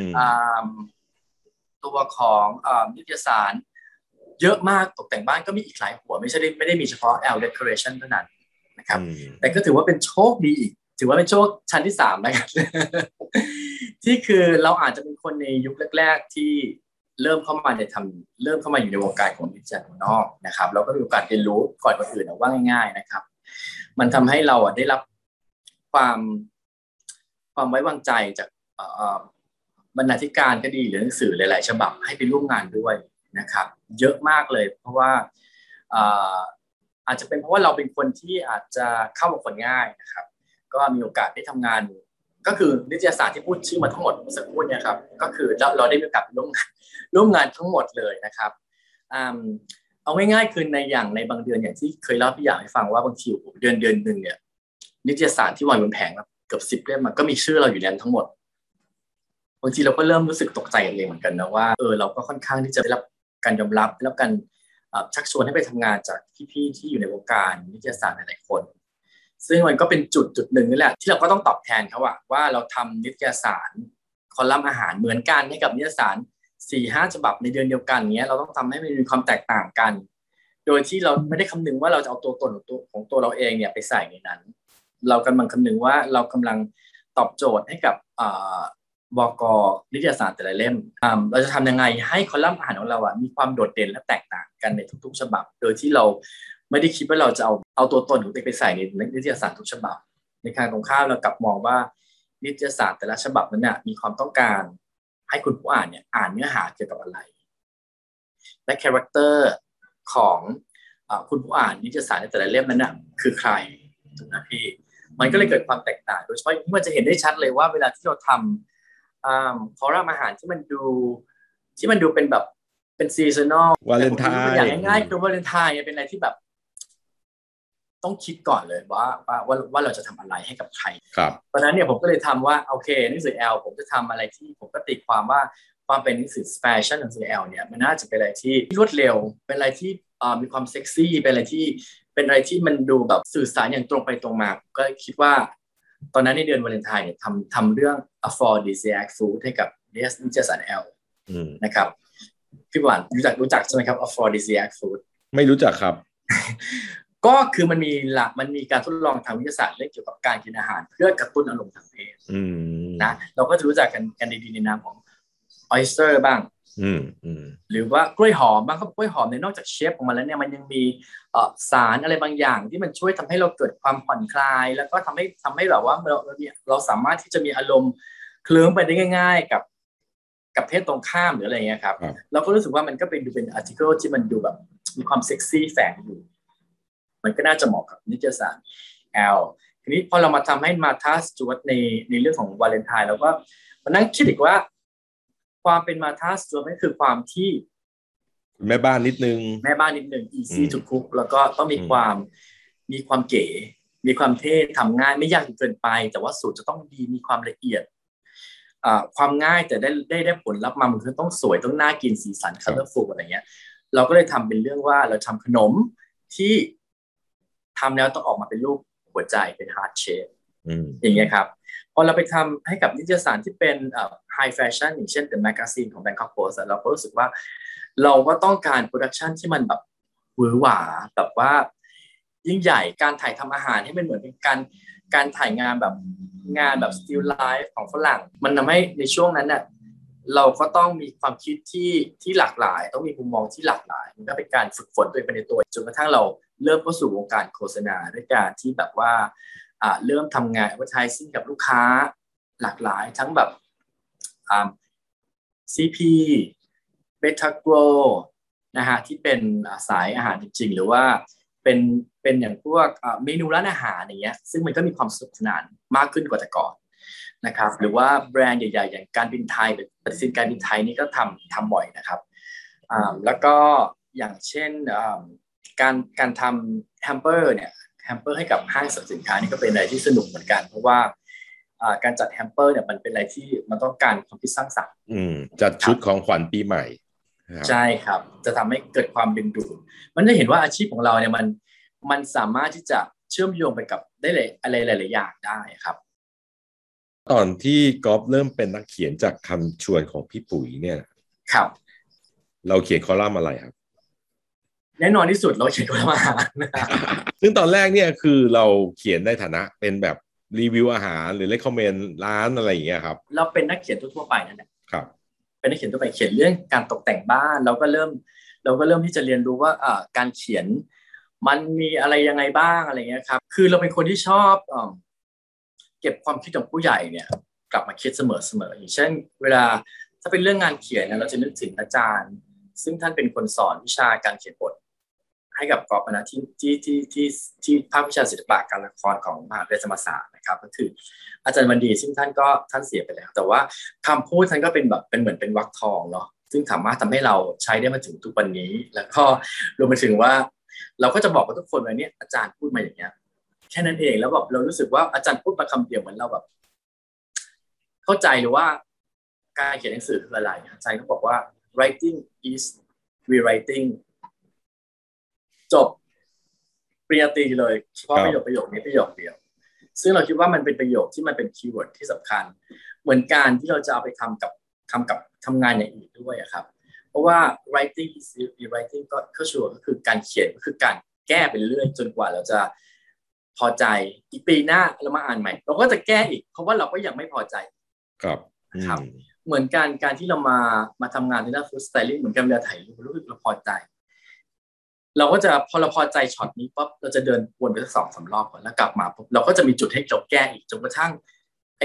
ตัวของนิตยสารเยอะมากตกแต่งบ้านก็มีอีกหลายหัวไม่ใช่ไม่ได้มีเฉพาะ Elle Decoration เท่านั้นนะครับแต่ก็ถือว่าเป็นโชคดีอีกถือว่าเป็นโชคชั้นที่สามแล้วกันที่คือเราอาจจะเป็นคนในยุคแรกๆที่เริ่มเข้ามาในทำเริ่มเข้ามาอยู่ในวงการของนิตยสารข้างนอกนะครับเราก็มีโอกาสเรียนรู้ก่อนคนอื่นว่าง่ายๆนะครับมันทำให้เราได้รับความความไว้วางใจจากบรรณาธิการก็ดีหรือหนังสือหลายๆฉบับให้ไปร่วมงานด้วยนะครับเยอะมากเลยเพราะว่าอาจจะเป็นเพราะว่าเราเป็นคนที่อาจจะเข้ากับคนง่ายนะครับก็มีโอกาสได้ทำงานก็คือนิตยสารที่พูดชื่อมาทั้งหมดเมื่อสักครู่เนี่ยครับก็คือเราเราได้มีโอกาสร่วมงานร่วมงานทั้งหมดเลยนะครับเอาง่ายๆคือในอย่างในบางเดือนอย่างที่เคยเล่าพี่อย่างให้ฟังว่าบางทีเดือนเดือนหนึ่งเนี่ยนิตยสารที่วางบนแผงเกือบสิบเล่มมันก็มีชื่อเราอยู่ในนั้นทั้งหมดบางทีเราก็เริ่มรู้สึกตกใจเองเหมือนกันนะว่าเออเราก็ค่อนข้างที่จะได้รับการยอมรับได้รับการชักชวนให้ไปทำงานจากพี่ๆที่อยู่ในวงการนิตยสารหลายๆคนซึ่งมันก็เป็นจุดจุดหนึ่งนี่แหละที่เราก็ต้องตอบแทนเขาว่าเราทำนิตยสารคอลัมน์อาหารเหมือนกันให้กับนิตยสาร สี่ห้า ฉบับในเดือนเดียวกันเงี้ยเราต้องทำให้มันมีความแตกต่างกันโดยที่เราไม่ได้คำนึงว่าเราจะเอาตัวตนของตัวของตัวเราเองเนี่ยไปใส่ในนั้นเรากำลังคำนึงว่าเรากำลังตอบโจทย์ให้กับบก.นิตยสารแต่ละเล่มเราจะทำยังไงให้คอลัมน์อาหารของเราอ่ะมีความโดดเด่นและแตกต่างกันในทุกๆฉบับโดยที่เราไม่ได้คิดว่าเราจะเอาเอาตัวตนของตัวเองไปใส่ในนิตยสารทุกฉบับในทางตรงข้ามเรากลับมองว่านิตยสารแต่ละฉบับนั้นน่ะมีความต้องการให้คุณผู้อ่านเนี่ยอ่านเนื้อหาเกี่ยวกับอะไรและคาแรคเตอร์ของคุณผู้อ่านนิตยสารในแต่ละเล่มนั้นน่ะคือใครถูกนะพี่มันก็เลยเกิดความแตกต่างโดยเฉพาะที่มันจะเห็นได้ชัดเลยว่าเวลาที่เราทำคอลัมน์อาหารที่มันดูที่มันดูเป็นแบบเป็นซีซันอลวาเลนไทน์อย่างง่ายๆคือวาเลนไทน์เป็นอะไรที่แบบต้องคิดก่อนเลยว่าว่าว่าเราจะทำอะไรให้กับใครครับเพราะนั้นเนี่ยผมก็เลยทำว่าโอเคหนังสือแอลผมจะทำอะไรที่ผมก็ตีความว่าความเป็นหนังสือแฟชั่นหนังสือแอลเนี่ยมันน่าจะเป็นอะไรที่รวดเร็วเป็นอะไรที่มีความเซ็กซี่เป็นอะไรที่เป็นอะไรที่มันดูแบบสื่อสารอย่างตรงไปตรงมาก็คิดว่าตอนนั้นในเดือนวาเลนไทน์เนี่ยทำทำเรื่อง aphrodisiac food ให้กับนิตยสารแอลนะครับพี่หวานรู้จักรู้จักใช่ไหมครับ aphrodisiac food ไม่รู้จักครับก็คือมันมีหลักมันมีการทดลองทางวิทยาศาสตร์เรื่องเกี่ยวกับการกินอาหารเพื่อกระตุ้นอารมณ์ทางเพศนะเราก็จะรู้จักกันกันดีๆในนามของออยสเตอร์บ้างหรือว่ากล้วยหอมบ้างครับกล้วยหอมเนี่ยนอกจากเชฟออกมาแล้วเนี่ยมันยังมีสารอะไรบางอย่างที่มันช่วยทำให้เราเกิดความผ่อนคลายแล้วก็ทำให้ทำให้แบบว่าเราเราสามารถที่จะมีอารมณ์เคลิ้มไปได้ง่ายๆกับกับเพศตรงข้ามหรืออะไรเงี้ยครับเราก็รู้สึกว่ามันก็เป็นดูเป็นอาร์ติเคิลที่มันดูแบบมีความเซ็กซี่แฝงอยู่มันก็น่าจะเหมาะกับนิตยสารแอลทีนี้พอเรามาทำให้มาธาสจูดในในเรื่องของวาเลนไทน์แล้วก็มานั่งคิดอีกว่าความเป็นมาธาสจูดนั่นคือความที่แม่บ้านนิดนึงแม่บ้านนิดนึง easy to cook แล้วก็ต้องมีความมีความเก๋มีความเท่ทำง่ายไม่ยากจนเกินไปแต่ว่าสูตรจะต้องดีมีความละเอียดความง่ายแต่ได้ได้ได้ผลลัพธ์มามันคือต้องสวยต้องน่ากินสีสัน colorful อะไรเงี้ยเราก็เลยทำเป็นเรื่องว่าเราทำขนมที่ทำแล้วต้องออกมาเป็นรูปหัวใจเป็น heart shape อย่างเงี้ยครับพอเราไปทำให้กับนิตยสารที่เป็น high fashion อย่างเช่น The Magazine ของ Bangkok Post เราก็รู้สึกว่าเราก็ต้องการโปรดักชันที่มันแบบหวือหวาแบบว่ายิ่งใหญ่การถ่ายทำอาหารให้มันเหมือนเป็นการการถ่ายงานแบบงานแบบ still life ของฝรั่งมันทำให้ในช่วงนั้นน่ะเราก็ต้องมีความคิดที่ที่หลากหลายต้องมีมุมมองที่หลากหลายมันก็เป็นการฝึกฝนตัวเองไปในตัวจนกระทั่งเราเริ่มเข้าสู่วงการโฆษณาด้วยการที่แบบว่าอ่าเริ่มทำงาน advertising กับลูกค้าหลากหลายทั้งแบบอ่า ซี พี เบต้าโกรนะฮะที่เป็นสายอาหารจริงๆหรือว่าเป็นเป็นอย่างพวกเมนูร้านอาหารอย่างเงี้ยซึ่งมันก็มีความสนุกสนานมากขึ้นกว่าแต่ก่อนนะครับหรือว่าแบรนด์ใหญ่ๆอย่างการบินไทยหรือปฏิเสธการบินไทยนี่ก็ทำทำบ่อยนะครับแล้วก็อย่างเช่นการการทำแฮมเปอร์เนี่ยแฮมเปอร์ให้กับห้างสรรพสินค้านี่ก็เป็นอะไรที่สนุกเหมือนกันเพราะว่าการจัดแฮมเปอร์เนี่ยมันเป็นอะไรที่มันต้องการความคิดสร้างสรรค์จัดชุดของขวัญปีใหม่ใช่ครับจะทำให้เกิดความดึงดูดมันจะเห็นว่าอาชีพของเราเนี่ยมันมันสามารถที่จะเชื่อมโยงไปกับได้เลยอะไรหลายๆอย่างได้ครับตอนที่ก๊อฟเริ่มเป็นนักเขียนจากคำชวนของพี่ปุ๋ยเนี่ยครับเราเขียนคอลัมน์อะไรครับแน่นอนที่สุดเราเขียนคอลัมน์อาหารซึ่งตอนแรกเนี่ยคือเราเขียนในฐานะเป็นแบบรีวิวอาหารหรือเรคคอมเมนต์ร้านอะไรอย่างเงี้ยครับเราเป็นนักเขียนทั่วๆไปนั่นแหละครับเป็นนักเขียนทั่วไปเขียนเรื่องการตกแต่งบ้านเราก็เริ่มเราก็เริ่มที่จะเรียนรู้ว่าอ่าการเขียนมันมีอะไรยังไงบ้างอะไรเงี้ยครับคือเราเป็นคนที่ชอบอ่าเก็บความคิดของผู้ใหญ่เนี่ยกลับมาคิดเสมอๆอย่างเช่นเวลาถ้าเป็นเรื่องงานเขียนนะเราจะนึกถึงอาจารย์ซึ่งท่านเป็นคนสอนวิชาการเขียนบทให้กับกอล์ฟนะที่ที่ที่ที่ที่ภาควิชาศิลปะการละครของมหาวิทยาลัยธรรมศาสตร์นะครับก็คืออาจารย์วันดีซึ่งท่านก็ท่านเสียไปแล้วแต่ว่าคำพูดท่านก็เป็นแบบเป็นเหมือนเป็นวรรคทองเนาะซึ่งสามารถทำให้เราใช้ได้มาถึงทุกวันนี้แล้วก็รวมไปถึงว่าเราก็จะบอกกับทุกคนว่าเนี่ยอาจารย์พูดมาอย่างเงี้ยแค่นั้นเองแล้วแบบเรารู้สึกว่าอาจารย์พูดมาคำเดียวเหมือนเราแบบเข้าใจหรือว่าการเขียนหนังสือคืออะไรอาจารย์ก็บอกว่า writing is rewriting จบปริญญาตรีเลยเฉพาะประโยคประโยคนี้ประโยคเดียวซึ่งเราคิดว่ามันเป็นประโยคที่มันเป็นคีย์เวิร์ดที่สำคัญเหมือนการที่เราจะเอาไปทำกับทำกับทำงานอย่างอื่นด้วยครับเพราะว่า writing is rewriting ก็ก็ชัวร์ก็คือการเขียนก็คือการแก้ไปเรื่อยจนกว่าเราจะพอใจอีกปีหน้าเรามาอ่านใหม่เราก็จะแก้อีกเพราะว่าเราก็ยังไม่พอใจครับครับเหมือนการการที่เรามามาทำงานในด้าน food styling เหมือนกันเวลาถ่ายรูปรู้สึกเราพอใจเราก็จะพอเราพอใจช็อตนี้ปั๊บเราจะเดินวนไปสักสองสามรอบก่อนแล้วกลับมาปุ๊บเราก็จะมีจุดให้เราแก้อีกจนกระทั่งไอ้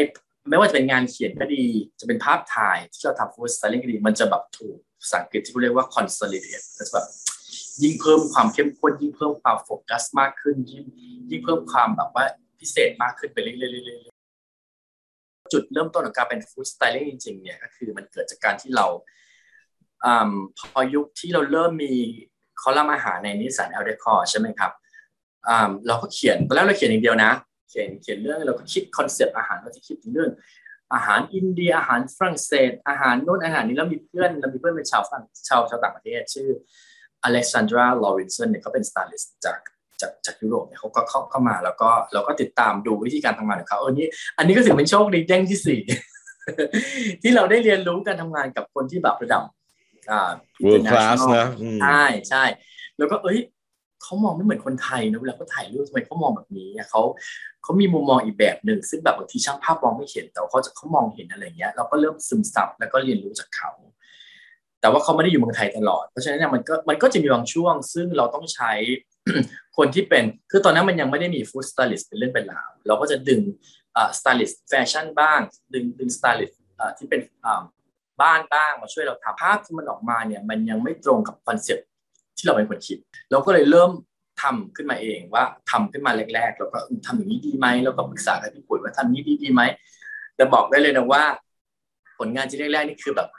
ไม่ว่าจะเป็นงานเขียนก็ดีจะเป็นภาพถ่ายที่เราทำ food styling ก็ดีมันจะแบบถูกภาษาอังกฤษที่เขาเรียกว่า consolidate ก็จะแบบยิ่งเพิ่มความเข้มข้นยิ่งเพิ่มความโฟกัสมากขึ้นยิ่งยิ่งเพิ่มความแบบว่าพิเศษมากขึ้นไปเรื่อยๆจุดเริ่มต้นของการเป็น food styling จริงๆเนี่ยก็คือมันเกิดจากการที่เราอ่าพอยุคที่เราเริ่มมีคอลัมน์อาหารในนิสสันแอลเดคอร์ใช่ไหมครับอ่าเราก็เขียนตอนแรกเราเขียนอย่างเดียวนะเขียนเขียนเรื่องเราก็คิดคอนเซปต์อาหารเราจะคิดถึงเรื่องอาหารอินเดียอาหารฝรั่งเศสอาหารโน่นอาหารนี้แล้วมีเพื่อนเรามีเพื่อนเป็นชาวฝรั่งชาวชาวต่างประเทศชื่ออเล็กซานดราลอเรนเซนเนี่ยเขาเป็นสไตลิสต์จากจากจากยุโรปเนี่ยเขาก็เข้าเข้ามาแล้วก็เราก็ติดตามดูวิธีการทำงานของเขาเออนี่อันนี้ก็ถือเป็นโชคดีแจ้งที่สี่ ที่เราได้เรียนรู้การทำงานกับคนที่แบบระดับอ่า world class นะใช่ใช่แล้วก็เอ้ยเขามองไม่เหมือนคนไทยนะเวลาเขาถ่ายรูปทำไมเขามองแบบนี้เขาเขามีมุมมองอีกแบบหนึ่งซึ่งแบบบางทีช่างภาพมองไม่เห็นแต่เขาจะเขามองเห็นอะไรเงี้ยเราก็เริ่มซึมซับแล้วก็เรียนรู้จากเขาแต่ว่าเขาไม่ได้อยู่เมืองไทยตลอดเพราะฉะนั้นเนี่ยมันก็มันก็จะมีบางช่วงซึ่งเราต้องใช้ คนที่เป็นคือตอนนั้นมันยังไม่ได้มีฟู้ดสไตลิสต์เป็นเรื่องเป็นราวเราก็จะดึงอ่าสไตลิสต์แฟชั่นบ้างดึงดึงสไตลิสต์อ่าที่เป็นอ่าบ้านบ้างมาช่วยเราทำภาพที่มันออกมาเนี่ยมันยังไม่ตรงกับคอนเซ็ปต์ที่เราเป็นคนคิดเราก็เลยเริ่มทำขึ้นมาเองว่าทำขึ้นมาแรกๆแล้วก็ทำอย่างนี้ดีไหมแล้วก็ปรึกษากับพี่ปุ๋ยว่าทำนี้ดีดีไหมแต่บอกได้เลยนะว่าผลงานที่แรกๆนี่คือแบบ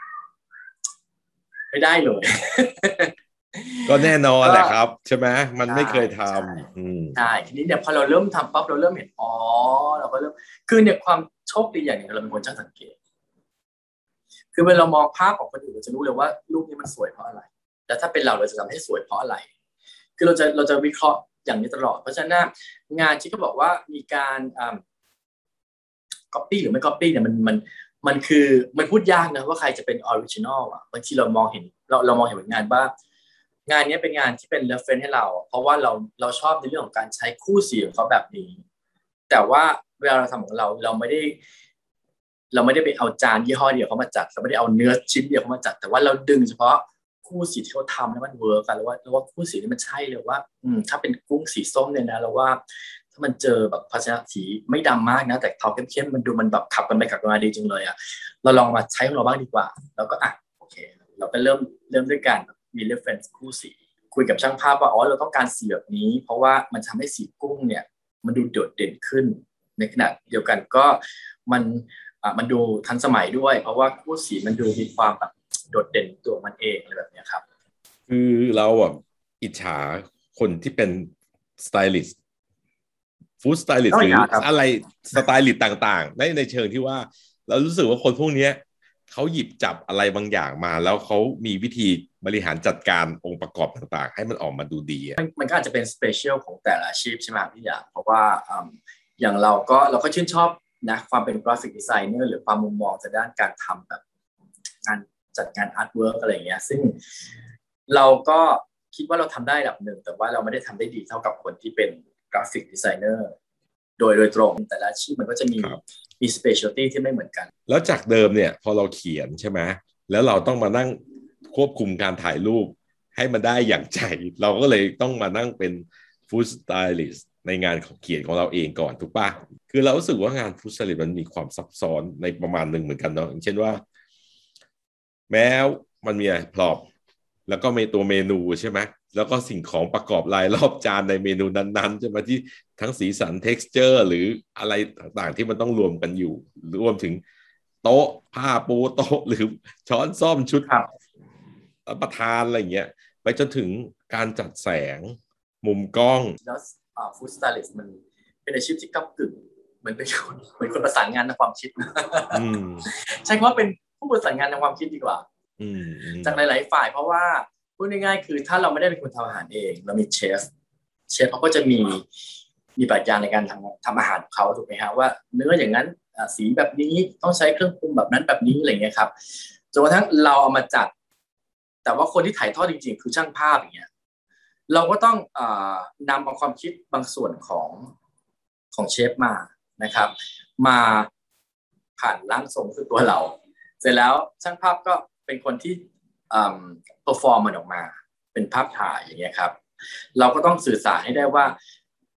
ไม่ได้เลยก็แน่นอนแหละครับใช่ไหมมันไม่เคยทำใช่ทีนี้เนี่ยพอเราเริ่มทำปั๊บเราเริ่มเห็นอ๋อเราก็เริ่มคือเนี่ยความโชคดีอย่างหนึ่งเราเป็นคนช่างสังเกตคือเวลาเรามองภาพของคนอื่นเราจะรู้เลยว่ารูปนี้มันสวยเพราะอะไรแล้วถ้าเป็นเราเราจะทำให้สวยเพราะอะไรคือเราจะเราจะวิเคราะห์อย่างนี้ตลอดเพราะฉะนั้นงานที่เขาบอกว่ามีการอ่า copy หรือไม่ copy เนี่ยมันมันมันคือมันพูดยากนะว่าใครจะเป็นออริจินอลอ่ะบางทีเรามองเห็นเราเรามองเห็นงานว่างานนี้เป็นงานที่เป็น reference ให้เราเพราะว่าเราเราชอบในเรื่องของการใช้คู่สีของเขาแบบนี้แต่ว่าเวลาเราทำของเราเราไม่ได้เราไม่ได้ไปเอาจานยี่ห้อเดียวเขามาจัดเราไม่ได้เอาเนื้อชิ้นเดียวเขามาจัดแต่ว่าเราดึงเฉพาะคู่สีที่เขาทำแล้วมันเวิร์กกันแล้วว่าแล้วว่าคู่สีนี่มันใช่เลยว่าอืมถ้าเป็นกุ้งสีส้มเนี่ยนะเราว่าถ้ามันเจอแบบภาชนะสีไม่ดำมากนะแต่เทาเข้มๆมันดูมันแบบขับกันไปขับกันมาดีจังเลยอ่ะเราลองมาใช้ของเราบ้างดีกว่าแล้วก็อ่ะโอเคเราก็เริ่มเริ่มด้วยการมี reference คู่สีคุยกับช่างภาพว่าอ๋อเราต้องการสีแบบนี้เพราะว่ามันทำให้สีกุ้งเนี่ยมันดูโดดเด่นขึ้นในขณะเดียวกันก็มันอ่ะมันดูทันสมัยด้วยเพราะว่าคู่สีมันดูมีความแบบโดดเด่นตัวมันเองอะไรแบบนี้ครับคือเราอ่ะอิจฉาคนที่เป็นสไตลิสต์ฟู้ดสไตลิสต์หรืออะไรสไตลิสต์ต่างๆในในเชิงที่ว่าเรารู้สึกว่าคนพวกนี้เขาหยิบจับอะไรบางอย่างมาแล้วเขามีวิธีบริหารจัดการองค์ประกอบต่างๆให้มันออกมาดูดีมันก็อาจจะเป็นสเปเชียลของแต่ละอาชีพใช่ไหมพี่อยากเพราะว่าอย่างเราก็เราก็ชื่นชอบนะความเป็นกราฟิกดีไซเนอร์หรือความมุมมองจากด้านการทำแบบงานจัดงานอาร์ตเวิร์กอะไรอย่างเงี้ยซึ่งเราก็คิดว่าเราทำได้ระดับหนึ่งแต่ว่าเราไม่ได้ทำได้ดีเท่ากับคนที่เป็นกราฟิกดีไซเนอร์โดยโดยตรงแต่ละอาชีพมันก็จะมีมีสเปเชียลตี้ที่ไม่เหมือนกันแล้วจากเดิมเนี่ยพอเราเขียนใช่ไหมแล้วเราต้องมานั่งควบคุมการถ่ายรูปให้มันได้อย่างใจเราก็เลยต้องมานั่งเป็นฟู้ดสไตลิสต์ในงานของเขียนของเราเองก่อนถูกป่ะคือเรารู้สึกว่างานฟู้ดสไตลิสต์มันมีความซับซ้อนในประมาณหนึ่งเหมือนกันเนาะอย่างเช่นว่าแม้มันมีพร็อพแล้วก็มีตัวเมนูใช่ไหมแล้วก็สิ่งของประกอบรายรอบจานในเมนูนั้นๆใช่ไหมที่ทั้งสีสัน texture หรืออะไรต่างๆที่มันต้องรวมกันอยู่รวมถึงโต๊ะผ้าปูโต๊ะหรือช้อนซ่อมชุดรับประทานอะไรอย่างเงี้ยไปจนถึงการจัดแสงมุมกล้องแล้วฟู้ดสไตลิสต์มันเป็นอาชีพที่ก้ำกึ่งเหมือนเป็นคนเหมือนคนประสานงานทางความคิดใช่ว่าเป็นผู้ประสานงานทางความคิดดีกว่าจากหลายๆฝ่ายเพราะว่าพูดง่ายๆคือถ้าเราไม่ได้เป็นคนทำอาหารเองเรามีเชฟเชฟเขาก็จะมีมีปรัชญาในการทำทำอาหารของเขาถูกไหมฮะว่าเนื้ออย่างนั้นสีแบบนี้ต้องใช้เครื่องปรุงแบบนั้นแบบนี้อะไรเงี้ยครับจนกระทั่งเราเอามาจัดแต่ว่าคนที่ถ่ายทอดจริงๆคือช่างภาพอย่างเงี้ยเราก็ต้องเอ่อนำเอาความคิดบางส่วนของของเชฟมานะครับมาผ่านร่างทรงคือตัวเราเสร็จแล้วช่างภาพก็เป็นคนที่อ่าเพอร์ฟอร์มมันออกมาเป็นภาพถ่ายอย่างเงี้ยครับเราก็ต้องสื่อสารให้ได้ว่า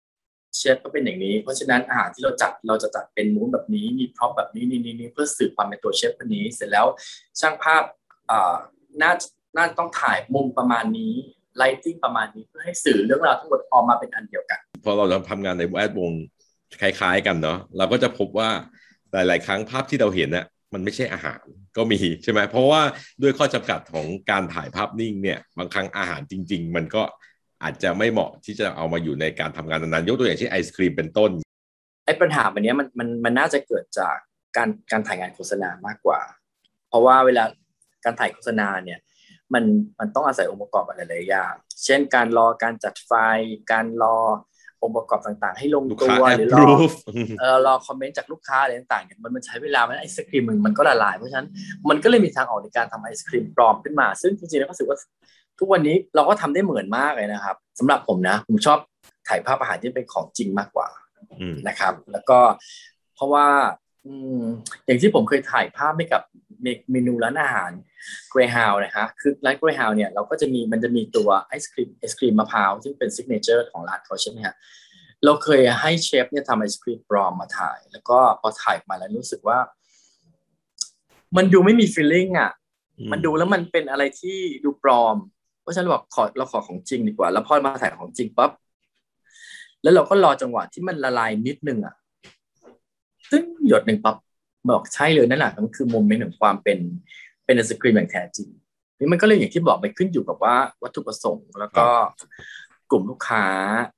เชฟก็เป็นอย่างนี้เพราะฉะนั้นอาหารที่เราจัดเราจะจัดเป็นมูดแบบนี้มีพร็อพแบบนี้นี่นี่เพื่อสื่อความเป็นตัวเชฟคนนี้เสร็จแล้วช่างภาพอ่าน่าน่าต้องถ่ายมุมประมาณนี้ไลติ้งประมาณนี้เพื่อให้สื่อเรื่องราวทั้งหมดออกมาเป็นอันเดียวกันพอเราทำงานในแวดวงคล้ายๆกันเนาะเราก็จะพบว่าหลายๆครั้งภาพที่เราเห็นน่ะมันไม่ใช่อาหารก็มีใช่ไหมเพราะว่าด้วยข้อจำกัดของการถ่ายภาพนิ่งเนี่ยบางครั้งอาหารจริงๆมันก็อาจจะไม่เหมาะที่จะเอามาอยู่ในการทำงานนานๆยกตัวอย่างเช่นไอศกรีมเป็นต้นไอ้ปัญหาแบบนี้มันมันมันน่าจะเกิดจากการการถ่ายงานโฆษณามากกว่าเพราะว่าเวลาการถ่ายโฆษณาเนี่ยมันมันต้องอาศัยองค์ประกอบอะไรหลายอย่างเช่นการรอการจัดไฟล์การรอองค์ประกอบต่างๆให้ลงตัวหรือรอเออรอคอมเมนต์จากลูกค้าอะไรต่างๆเนี่ยมันมันใช้เวลามันไอศกรีมมันมันก็ละลายเพราะฉะนั้นมันก็เลยมีทางออกในการทำไอศกรีมปลอมขึ้นมาซึ่งจริงๆแล้วก็รู้สึกว่าทุกวันนี้เราก็ทำได้เหมือนมากเลยนะครับสำหรับผมนะผมชอบถ่ายภาพอาหารที่เป็นของจริงมากกว่านะครับแล้วก็เพราะว่าอย่างที่ผมเคยถ่ายภาพให้กับเมนูร้านอาหาร Greyhound นะฮะคือร้าน Greyhound เนี่ยเราก็จะมีมันจะมีตัวไอศครีมไอศครีมมะพร้าวซึ่งเป็นซิกเนเจอร์ของร้านเขาใช่ไหมฮะเราเคยให้เชฟเนี่ยทำไอศครีมปลอมมาถ่ายแล้วก็พอถ่ายมาแล้วรู้สึกว่ามันดูไม่มี feeling อ่ะมันดูแล้วมันเป็นอะไรที่ดูปลอมเพราะฉะนั้นเราบอกขอเราขอของจริงดีกว่าแล้วพอมาถ่ายของจริงปั๊บแล้วเราก็รอจังหวะที่มันละลายนิดนึงอ่ะตึ้งหยดหนึ่งปั๊บบอกใช่เลยนั่นแหละมันคือโมเมนต์ของความเป็นเป็นไอศกรีมอย่างแท้จริงนี่มันก็เลยอย่างที่บอกไปขึ้นอยู่กับว่าวัตถุประสงค์แล้วก็กลุ่มลูกค้า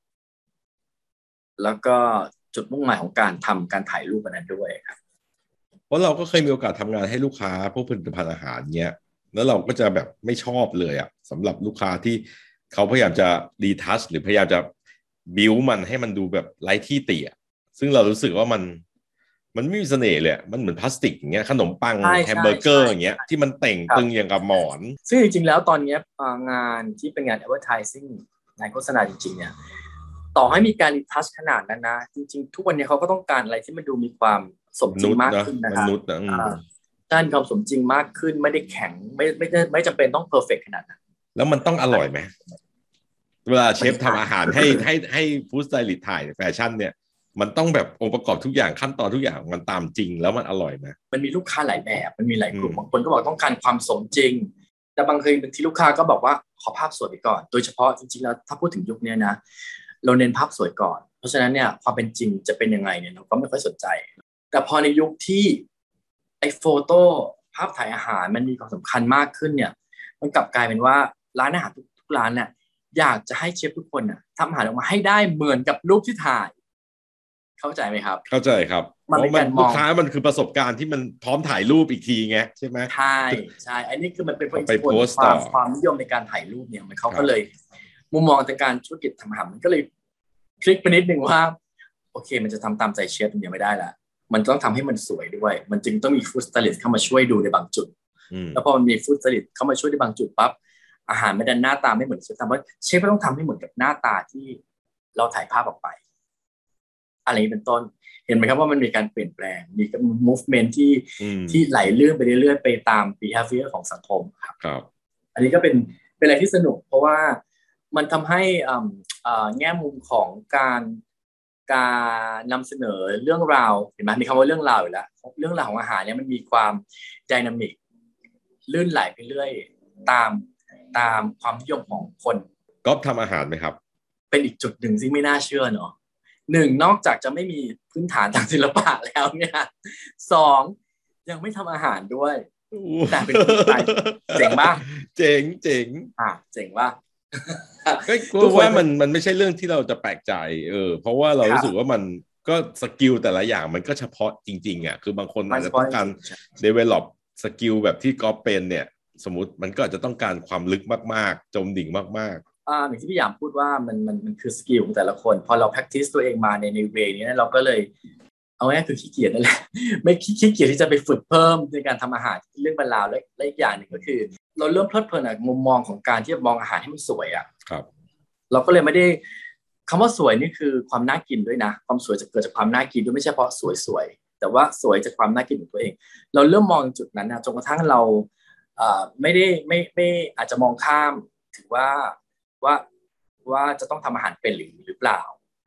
แล้วก็จุดมุ่งหมายของการทำการถ่ายรูปนั้นด้วยครับเพราะเราก็เคยมีโอกาสทำงานให้ลูกค้าพวกผลิตภัณฑ์อาหารเนี้ยแล้วเราก็จะแบบไม่ชอบเลยอ่ะสำหรับลูกค้าที่เขาพยายามจะรีทัชหรือพยายามจะบิวมันให้มันดูแบบไร้ที่ติอ่ะซึ่งเรารู้สึกว่ามันมันไม่มีเสน่ห์เลยมันเหมือนพลาสติกอย่างเงี้ยขนมปังแฮมเบอร์เกอร์อย่างเงี้ยที่มันเต่งตึงอย่างกับหมอนซึ่งจริงๆแล้วตอนนี้งานที่เป็นงาน advertising งานโฆษณาจริงๆเนี่ยต่อให้มีการรีทัชขนาดนั้นนะจริงๆทุกวันนี้เขาก็ต้องการอะไรที่มันดูมีความสมจริงมากขึ้นนะครับมนุษย์นะด้านความสมจริงมากขึ้นไม่ได้แข็งไม่ไม่ไม่จำเป็นต้องเพอร์เฟกต์ขนาดนั้นแล้วมันต้องอร่อยไหมเวลาเชฟทำอาหารให้ให้ให้ฟู้ดสไตลิสต์ถ่ายแฟชั่นเนี่ยมันต้องแบบองค์ประกอบทุกอย่างขั้นตอนทุกอย่างมันตามจริงแล้วมันอร่อยไหมมันมีลูกค้าหลายแบบมันมีหลายกลุ่มบางคนก็บอกต้องการความสมจริงแต่บางทีที่ลูกค้าก็บอกว่าขอภาพสวยไปก่อนโดยเฉพาะจริงๆแล้วถ้าพูดถึงยุคนี้นะเราเน้นภาพสวยก่อนเพราะฉะนั้นเนี่ยความเป็นจริงจะเป็นยังไงเนี่ยเราก็ไม่ค่อยสนใจแต่พอในยุคที่ไอ้โฟโต้ภาพถ่ายอาหารมันมีความสำคัญมากขึ้นเนี่ยมันกลับกลายเป็นว่าร้านอาหารทุกร้านเนี่ยอยากจะให้เชฟทุกคนน่ะทำอาหารออกมาให้ได้เหมือนกับรูปที่ถ่ายเข้าใจไหมครับเข้าใจครับเพราะมันลูกค้ามันคือประสบการณ์ที่มันพร้อมถ่ายรูปอีกทีไงใช่ไหมใช่ใช่อันนี้คือมันเป็นไปโพสต์ต่อความนิยมในการถ่ายรูปเนี่ยมันเขาก็เลยมุมมองในการธุรกิจทำอาหารมันก็เลยคลิกไปนิดนึงว่าโอเคมันจะทำตามใจเชฟอย่างเดียวไม่ได้ละมันต้องทำให้มันสวยด้วยมันจึงต้องมีฟู้ดสไตลิสต์เข้ามาช่วยดูในบางจุดแล้วพอมันมีฟู้ดสไตลิสต์เข้ามาช่วยในบางจุดปั๊บอาหารไม่ดันหน้าตาไม่เหมือนเชฟทำว่าเชฟก็ต้องทำให้เหมือนกับหน้าตาที่เราถ่ายภาพออกไปอะไรนี้เป็นต้นเห็นไหมครับว่ามันมีการเปลี่ยนแปลงมี movement ที่ที่ไหลเลื่อนไปเรื่อยๆไปตาม behavior ของสังคมครับครับอันนี้ก็เป็นเป็นอะไรที่สนุกเพราะว่ามันทำให้แง่มุมของการการนำเสนอเรื่องราวเห็นไหมมีคำว่าเรื่องราวอยู่แล้วเรื่องราวของอาหารเนี่ยมันมีความไดนามิกลื่นไหลไปเรื่อยตามตามความนิยมของคนก๊อฟทำอาหารไหมครับเป็นอีกจุดหนึ่งที่ไม่น่าเชื่อเนาะหนึ่งนอกจากจะไม่มีพื้นฐานทางศิลปะแล้วเนี่ยสองยังไม่ทำอาหารด้วยแต่เป็นคนไทยเจ๋งป่ะเจ๋งเจ๋งอ่ะเจ๋งป่ะก็กลัวว่ามันมันไม่ใช่เรื่องที่เราจะแปลกใจเออเพราะว่าเรารู้สึกว่ามันก็สกิลแต่ละอย่างมันก็เฉพาะจริงๆอ่ะคือบางคนอาจจะต้องการ develop สกิลแบบที่ก๊อฟเป็นเนี่ยสมมติมันก็อาจจะต้องการความลึกมากๆจมดิ่งมากๆอ่าอย่างที่พี่ยามพูดว่ามันมันมันคือสกิลของแต่ละคนพอเรา practice ตัวเองมาในในเวนี้เราก็เลยเอาง่ายคือขี้เกียจนั่นแหละไม่ขี้เกียจที่จะไปฝึกเพิ่มในการทำอาหารเรื่องบรรลาและและอีกอย่างหนึ่งก็คือเราเริ่มเพลิดเพลินกับมุมมองของการที่จะมองอาหารให้มันสวยอ่ะครับเราก็เลยไม่ได้คำว่าสวยนี่คือความน่ากินด้วยนะความสวยจะเกิดจากความน่ากินด้วยไม่ใช่เพราะสวยๆแต่ว่าสวยจากความน่ากินของตัวเองเราเริ่มมองจุดนั้นนะจนกระทั่งเราเอ่อไม่ได้ไม่ไม่อาจจะมองข้ามถึงว่าว่าว่าจะต้องทำอาหารเป็นหรือหรือเปล่า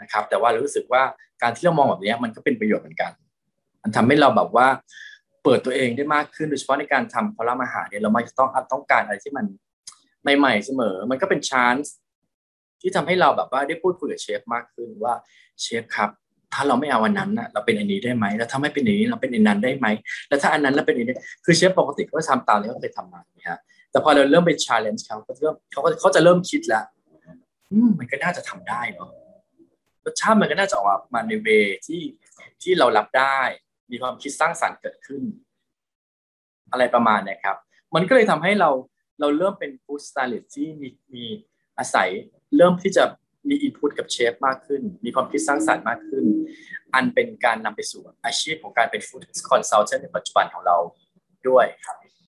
นะครับแต่ว่ารู้สึกว่าการที่เรามองแบบนี้มันก็เป็นประโยชน์เหมือนกันมันทำให้เราแบบว่าเปิดตัวเองได้มากขึ้นโดยเฉพาะในการทำคอลัมน์อาหารเนี่ยเราไม่ต้องต้องการอะไรที่มันใหม่ๆเสมอมันก็เป็น chance ที่ทำให้เราแบบว่าได้พูดคุยกับเชฟมากขึ้นว่าเชฟครับถ้าเราไม่เอาอันนั้นนะเราเป็นอันนี้ได้ไหมแล้วถ้าไม่เป็นอันนี้เราเป็นอันนั้นได้ไหมแล้วถ้าอันนั้นเราเป็นอันนี้คือเชฟปกติเขาทำตามที่เขาเคยทำมาเนี่ยฮะแต่พอเราเริ่มไป challenge เขาเขาจะเริ่มเขาเขาจะเริ่มคิดแล้วอืมมันก็น่าจะทำได้เนาะรสชาติมันก็น่าจะออกมาในเวที่ที่เรารับได้มีความคิดสร้างสรรค์เกิดขึ้นอะไรประมาณนี้ครับมันก็เลยทำให้เราเราเริ่มเป็นฟู้ดสไตลิสต์ที่มีมีอาศัยเริ่มที่จะมีอินพุตกับเชฟมากขึ้นมีความคิดสร้างสรรค์มากขึ้นอันเป็นการนำไปสู่อาชีพของการเป็นฟู้ดคอนซัลแทนต์ในปัจจุบันของเราด้วยครับ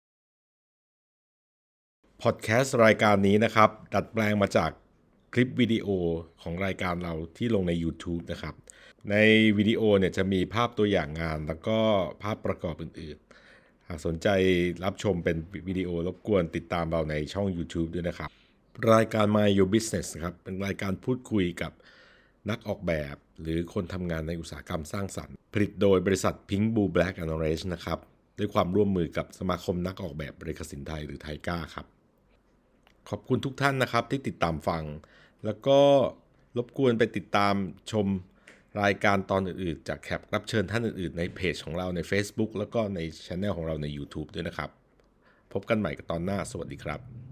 พอดแคสต์รายการนี้นะครับดัดแปลงมาจากคลิปวิดีโอของรายการเราที่ลงใน YouTube นะครับในวิดีโอเนี่ยจะมีภาพตัวอย่างงานแล้วก็ภาพประกอบอื่นๆหากสนใจรับชมเป็นวิดีโอรบกวนติดตามเราในช่อง YouTube ด้วยนะครับรายการ My Your Business นะครับเป็นรายการพูดคุยกับนักออกแบบหรือคนทำงานในอุตสาหกรรมสร้างสรรค์ผลิตโดยบริษัท Pink Blue Black and Orange นะครับด้วยความร่วมมือกับสมาคมนักออกแบบเรขสินไทยหรือไทก้าครับขอบคุณทุกท่านนะครับที่ติดตามฟังแล้วก็รบกวนไปติดตามชมรายการตอนอื่นๆจากแขกรับเชิญท่านอื่นๆในเพจของเราใน Facebook แล้วก็ใน Channel ของเราใน YouTube ด้วยนะครับพบกันใหม่กับตอนหน้าสวัสดีครับ